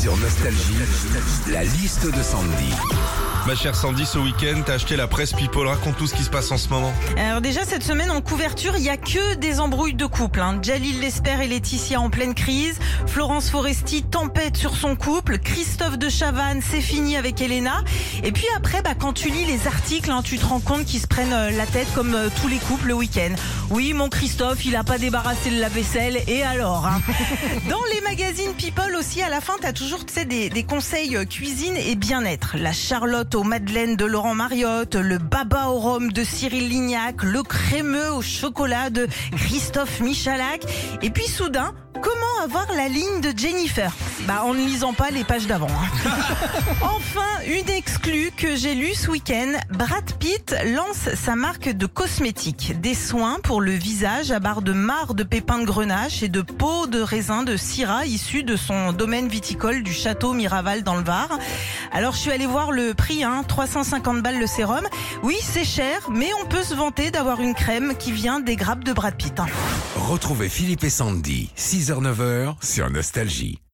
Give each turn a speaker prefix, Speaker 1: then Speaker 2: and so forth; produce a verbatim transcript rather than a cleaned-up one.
Speaker 1: Sur Nostalgie, la liste de Sandy.
Speaker 2: Ma chère Sandy, ce week-end, t'as acheté la presse People. Raconte-nous ce qui se passe en ce moment.
Speaker 3: Alors déjà, cette semaine, en couverture, il y a que des embrouilles de couple. Hein. Jalil Lesper et Laetitia en pleine crise. Florence Foresti tempête sur son couple. Christophe de Chavannes, c'est fini avec Elena. Et puis après, bah, quand tu lis les articles, hein, tu te rends compte qu'ils se prennent la tête comme euh, tous les couples le week-end. Oui, mon Christophe, il a pas débarrassé le lave-vaisselle. Et alors hein. Dans les magazines People aussi, à la fin, t'as toujours tu sais, des, des conseils euh, cuisine et bien-être. La Charlotte aux madeleines de Laurent Mariotte, le baba au rhum de Cyril Lignac, le crémeux au chocolat de Christophe Michalak. Et puis soudain, comment avoir la ligne de Jennifer ? Bah en ne lisant pas les pages d'avant. Hein. Enfin, une exclue que j'ai lue ce week-end. Brad Pitt lance sa marque de cosmétiques. Des soins pour le visage à base de marc de pépins de grenache et de peau de raisin de Syrah issus de son domaine viticole du château Miraval dans le Var. Alors je suis allée voir le prix, hein, trois cent cinquante balles le sérum. Oui, c'est cher, mais on peut se vanter d'avoir une crème qui vient des grappes de Brad Pitt. Hein.
Speaker 1: Retrouvez Philippe et Sandy, six heures neuf heures sur Nostalgie.